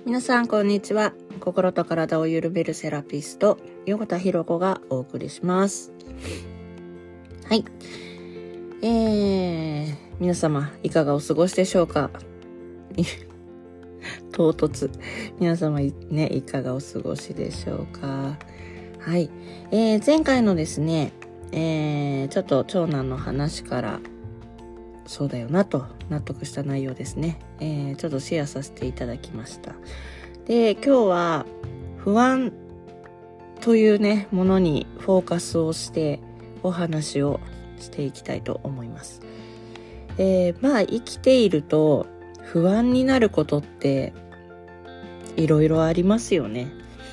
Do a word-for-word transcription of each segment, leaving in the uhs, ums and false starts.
皆さんこんにちは。心と体を緩めるセラピスト横田博子がお送りします。はい、えー、皆様いかがお過ごしでしょうか。唐突。皆様ね、いかがお過ごしでしょうか。はい、えー、前回のですね、えー、ちょっと長男の話からそうだよなと納得した内容ですね、えー、ちょっとシェアさせていただきました。で、今日は不安というねものにフォーカスをしてお話をしていきたいと思います。えー、まあ生きていると不安になることっていろいろありますよね。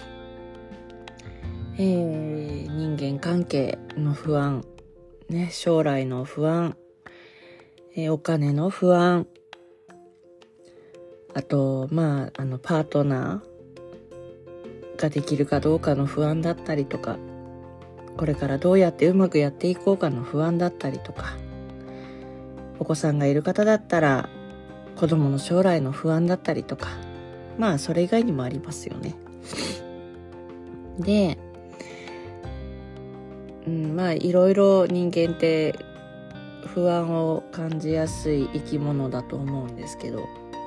えー、人間関係の不安、ね、将来の不安、えー、お金の不安、あとまああのパートナーができるかどうかの不安だったりとか、これからどうやってうまくやっていこうかの不安だったりとか、お子さんがいる方だったら子供の将来の不安だったりとか、まあそれ以外にもありますよね。で、うん、まあいろいろ人間って不安を感じやすい生き物だと思うんですけど、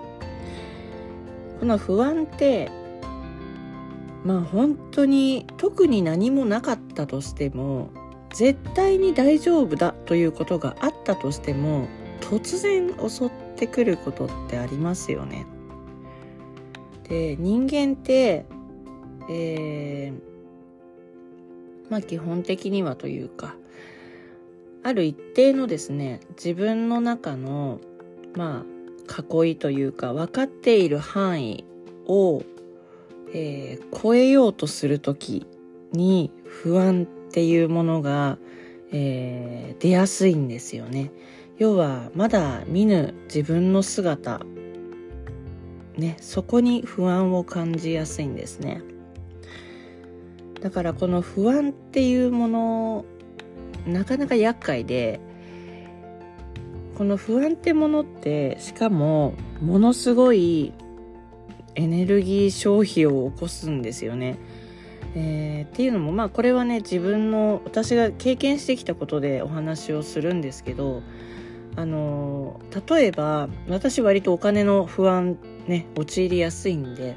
この不安ってまあ本当に特に何もなかったとしても、絶対に大丈夫だということがあったとしても、突然襲ってくることってありますよね。で、人間ってえー、まあ基本的にはというか、ある一定のですね、自分の中のまあ囲いというか分かっている範囲を、えー、超えようとするときに不安っていうものが、えー、出やすいんですよね。要はまだ見ぬ自分の姿、ね、そこに不安を感じやすいんですね。だからこの不安っていうものなかなか厄介で、この不安ってものってしかもものすごいエネルギー消費を起こすんですよね。えー、っていうのもまあこれはね、自分の私が経験してきたことでお話をするんですけど、あの例えば私割とお金の不安ね陥りやすいんで、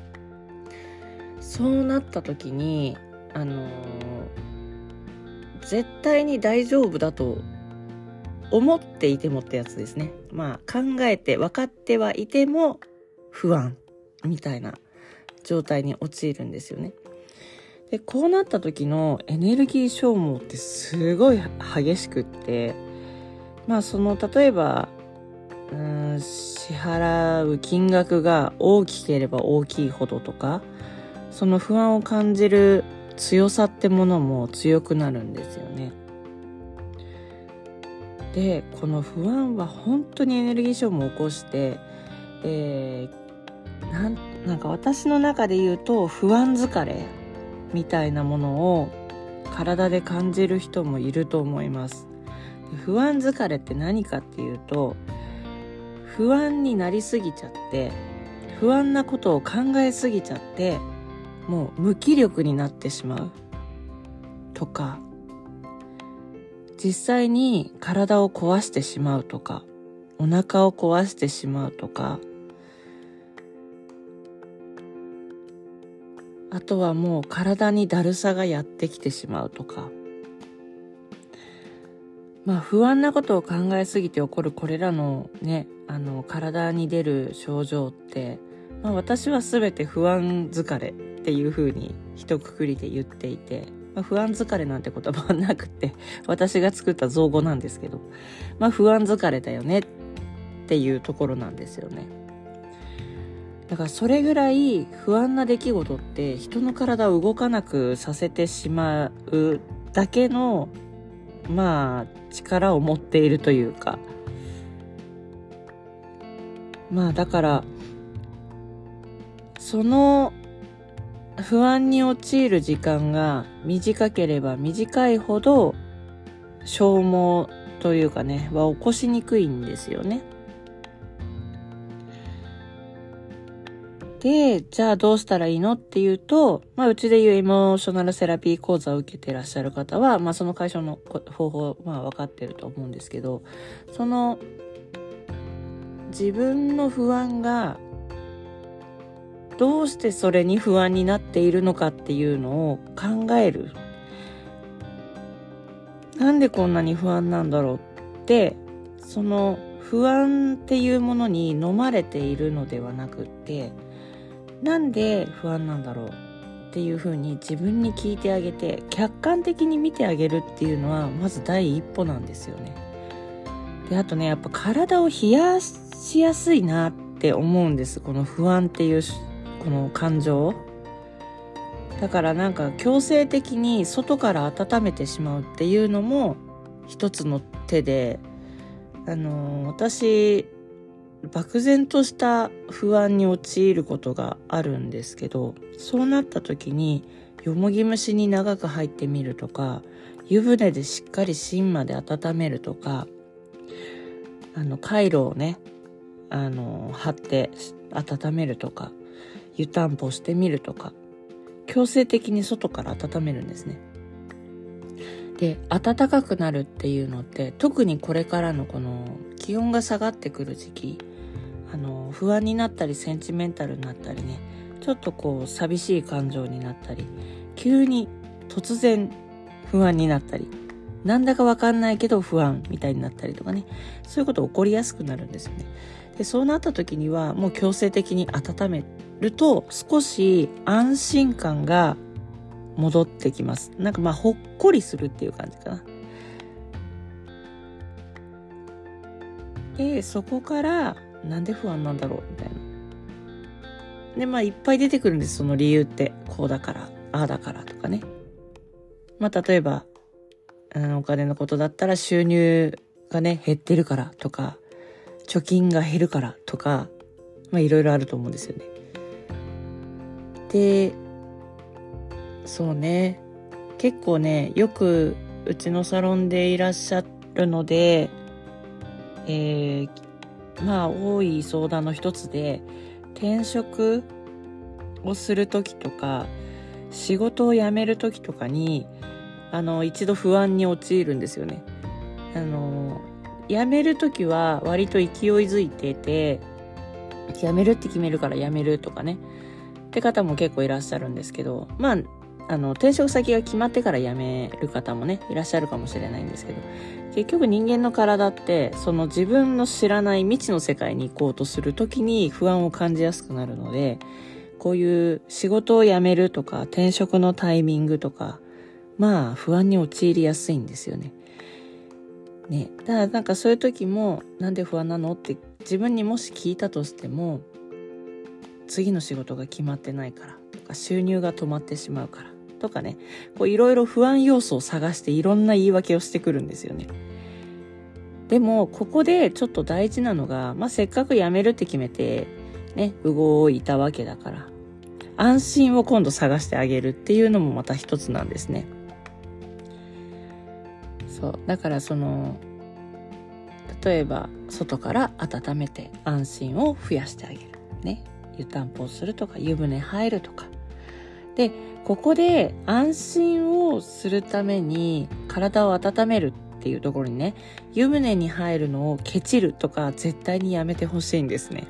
そうなった時にあの絶対に大丈夫だと思っていてもってやつですね。まあ考えて分かってはいても不安みたいな状態に陥るんですよね。で、こうなった時のエネルギー消耗ってすごい激しくって、まあその例えばうーん支払う金額が大きければ大きいほどとか、その不安を感じる強さってものも強くなるんですよね。で、この不安は本当にエネルギー消耗を起こして、えー、なん、なんか私の中で言うと不安疲れみたいなものを体で感じる人もいると思います。不安疲れって何かっていうと、不安になりすぎちゃって、不安なことを考えすぎちゃって、もう無気力になってしまうとか、実際に体を壊してしまうとか、お腹を壊してしまうとか、あとはもう体にだるさがやってきてしまうとか、まあ不安なことを考えすぎて起こるこれらのね、あの体に出る症状って、まあ、私はすべて不安疲れっていう風に一括りで言っていて、まあ、不安疲れなんて言葉はなくて私が作った造語なんですけど、まあ不安疲れだよねっていうところなんですよね。だからそれぐらい不安な出来事って人の体を動かなくさせてしまうだけのまあ力を持っているというか、まあだからその不安に陥る時間が短ければ短いほど消耗というかねは起こしにくいんですよね。 で、じゃあどうしたらいいのっていうと、まあうちでいうエモーショナルセラピー講座を受けていらっしゃる方は、まあその解消の方法、まあ分かってると思うんですけど、その自分の不安がどうしてそれに不安になっているのかっていうのを考える。なんでこんなに不安なんだろうって、その不安っていうものに飲まれているのではなくって、なんで不安なんだろうっていうふうに自分に聞いてあげて、客観的に見てあげるっていうのはまず第一歩なんですよね。で、あとね、やっぱ体を冷やしやすいなって思うんです。この不安っていうこの感情。だからなんか強制的に外から温めてしまうっていうのも一つの手で、あのー、私漠然とした不安に陥ることがあるんですけど、そうなった時によもぎ蒸しに長く入ってみるとか、湯船でしっかり芯まで温めるとか、あのカイロをねあの貼って温めるとか、湯たんぽしてみるとか、強制的に外から温めるんですね。で、暖かくなるっていうのって、特にこれからのこの気温が下がってくる時期、あの不安になったりセンチメンタルになったりね、ちょっとこう寂しい感情になったり、急に突然不安になったり、なんだかわかんないけど不安みたいになったりとかね、そういうこと起こりやすくなるんですよね。で、そうなった時にはもう強制的に温めると少し安心感が戻ってきます。なんかまあほっこりするっていう感じかな。で、そこからなんで不安なんだろうみたいな。で、まあいっぱい出てくるんです、その理由って。こうだから、ああだからとかね。まあ例えば、うん、お金のことだったら収入がね減ってるからとか、貯金が減るからとか、まあいろいろあると思うんですよね。で、そうね、結構ね、よくうちのサロンでいらっしゃるので、えー、まあ多い相談の一つで、転職をするときとか仕事を辞めるときとかにあの一度不安に陥るんですよね。あの辞めるときは割と勢いづいてて、辞めるって決めるから辞めるとかねって方も結構いらっしゃるんですけど、まああの転職先が決まってから辞める方もねいらっしゃるかもしれないんですけど、結局人間の体ってその自分の知らない未知の世界に行こうとするときに不安を感じやすくなるので、こういう仕事を辞めるとか転職のタイミングとか、まあ不安に陥りやすいんですよね。ね、だからなんかそういう時もなんで不安なのって自分にもし聞いたとしても、次の仕事が決まってないからとか、収入が止まってしまうからとかね、こういろいろ不安要素を探していろんな言い訳をしてくるんですよね。でもここでちょっと大事なのが、まあ、せっかく辞めるって決めてね動いたわけだから、安心を今度探してあげるっていうのもまた一つなんですね。そうだからその例えば外から温めて安心を増やしてあげるね、湯たんぽをするとか湯船入るとかで、ここで安心をするために体を温めるっていうところにね、湯船に入るのをケチるとか絶対にやめてほしいんですね。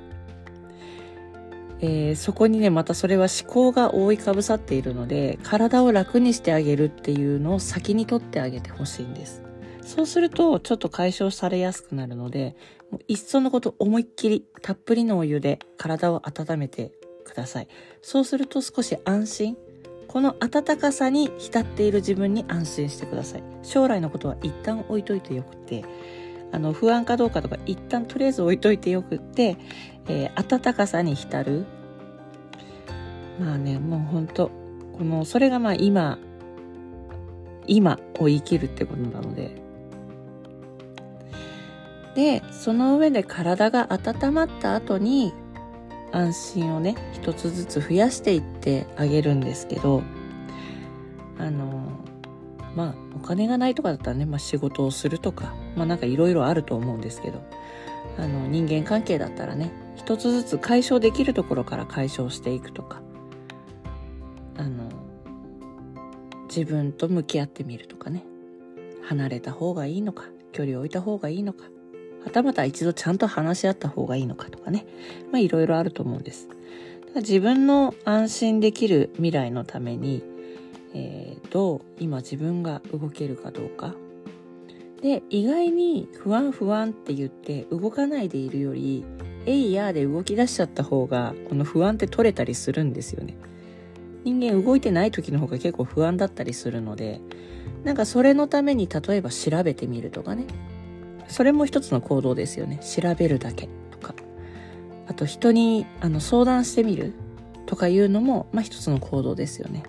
えー、そこにねまたそれは思考が覆いかぶさっているので、体を楽にしてあげるっていうのを先に取ってあげてほしいんです。そうするとちょっと解消されやすくなるので、もういっそのこと思いっきりたっぷりのお湯で体を温めてください。そうすると少し安心、この温かさに浸っている自分に安心してください。将来のことは一旦置いといてよくて、あの不安かどうかとか一旦とりあえず置いといてよくって、えー、温かさに浸る。まあね、もう本当このそれがまあ今今を生きるってことなので、でその上で体が温まった後に安心をね一つずつ増やしていってあげるんですけど、あのまあお金がないとかだったらね、まあ、仕事をするとか、まあなんかいろいろあると思うんですけど、あの人間関係だったらね一つずつ解消できるところから解消していくとか、あの自分と向き合ってみるとかね、離れた方がいいのか、距離を置いた方がいいのか、はたまた一度ちゃんと話し合った方がいいのかとかね、まあいろいろあると思うんです。だから自分の安心できる未来のために、えー、どう今自分が動けるかどうかで、意外に不安不安って言って動かないでいるより、えいやーで動き出しちゃった方がこの不安って取れたりするんですよね。人間動いてない時の方が結構不安だったりするので、なんかそれのために例えば調べてみるとかね、それも一つの行動ですよね。調べるだけとか、あと人にあの相談してみるとかいうのも、まあ一つの行動ですよね。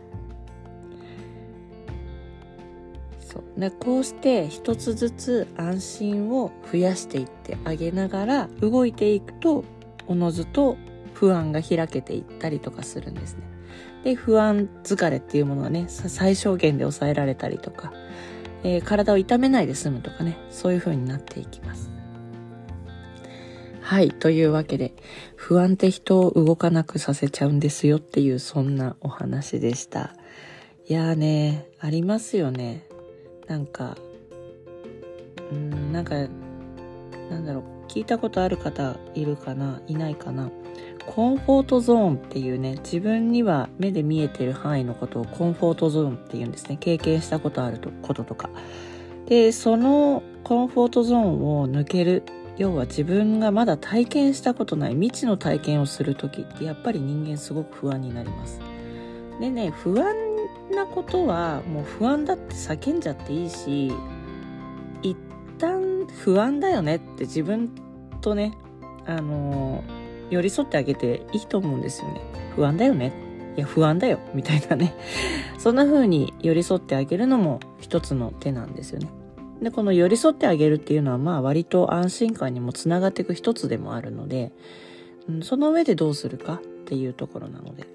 そうね、こうして一つずつ安心を増やしていってあげながら動いていくと、おのずと不安が開けていったりとかするんですね。で、不安疲れっていうものがね、最小限で抑えられたりとか、えー、体を痛めないで済むとかね、そういう風になっていきます。はい、というわけで、不安って人を動かなくさせちゃうんですよっていう、そんなお話でした。いやーね、ありますよね。なんか、うーん、なんか、なんだろう、聞いたことある方いるかな、いないかな。コンフォートゾーンっていうね、自分には目で見えてる範囲のことをコンフォートゾーンっていうんですね。経験したことあることとか。で、そのコンフォートゾーンを抜ける。要は自分がまだ体験したことない未知の体験をするときってやっぱり人間すごく不安になります。でね、不安なことはもう不安だって叫んじゃっていいし、一旦不安だよねって自分とね、あのー、寄り添ってあげていいと思うんですよね。不安だよね。いや不安だよみたいなね。そんな風に寄り添ってあげるのも一つの手なんですよね。で、この寄り添ってあげるっていうのはまあ割と安心感にもつながっていく一つでもあるので、うん、その上でどうするかっていうところなので、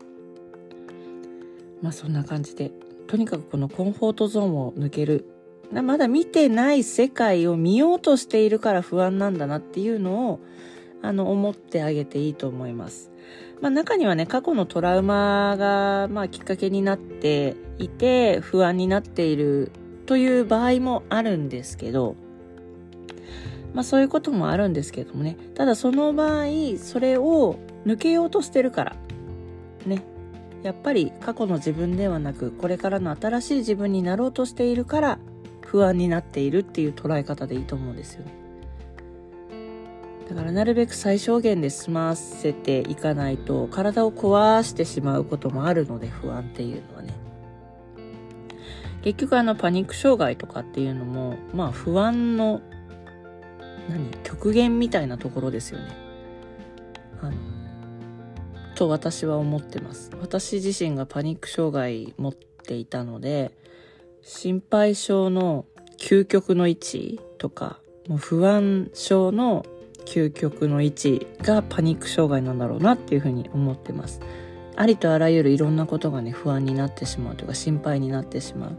まあそんな感じで、とにかくこのコンフォートゾーンを抜ける。まだ見てない世界を見ようとしているから不安なんだなっていうのをあの思ってあげていいと思います。まあ中にはね、過去のトラウマがまあきっかけになっていて不安になっているという場合もあるんですけど、まあそういうこともあるんですけどもね、ただその場合それを抜けようとしてるからね、やっぱり過去の自分ではなくこれからの新しい自分になろうとしているから不安になっているっていう捉え方でいいと思うんですよね。だからなるべく最小限で済ませていかないと体を壊してしまうこともあるので、不安っていうのはね、結局あのパニック障害とかっていうのもまあ不安の何極限みたいなところですよね。あのと私は思ってます。私自身がパニック障害持っていたので、心配性の究極の位置とか、もう不安症の究極の位置がパニック障害なんだろうなっていうふうに思ってます。ありとあらゆるいろんなことがね、不安になってしまうというか心配になってしまう。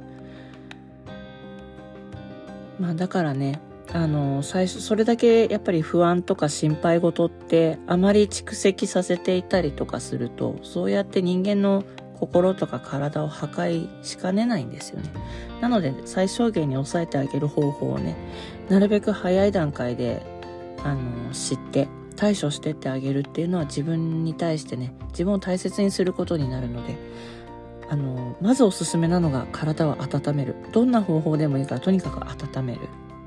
まあだからね、あの最初それだけやっぱり不安とか心配事ってあまり蓄積させていたりとかすると、そうやって人間の心とか体を破壊しかねないんですよね。なので最小限に抑えてあげる方法をね、なるべく早い段階であの知って対処してってあげるっていうのは自分に対してね、自分を大切にすることになるので、あのまずおすすめなのが体を温める。どんな方法でもいいからとにかく温める。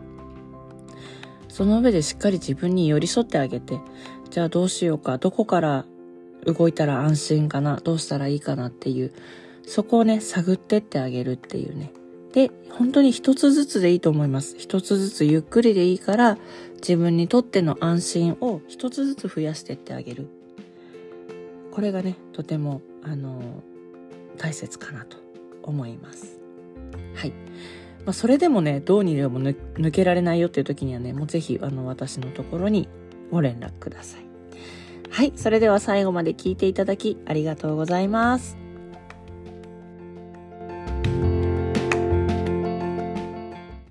その上でしっかり自分に寄り添ってあげて、じゃあどうしようか、どこから動いたら安心かな、どうしたらいいかなっていう、そこをね探ってってあげるっていうね。で、本当に一つずつでいいと思います。一つずつゆっくりでいいから自分にとっての安心を一つずつ増やしてってあげる。これがねとてもあの大切かなと思います。はい。まあ、それでもね、どうにでも抜けられないよっていう時にはね、もうぜひあの私のところにご連絡ください。はい、それでは最後まで聞いていただきありがとうございます。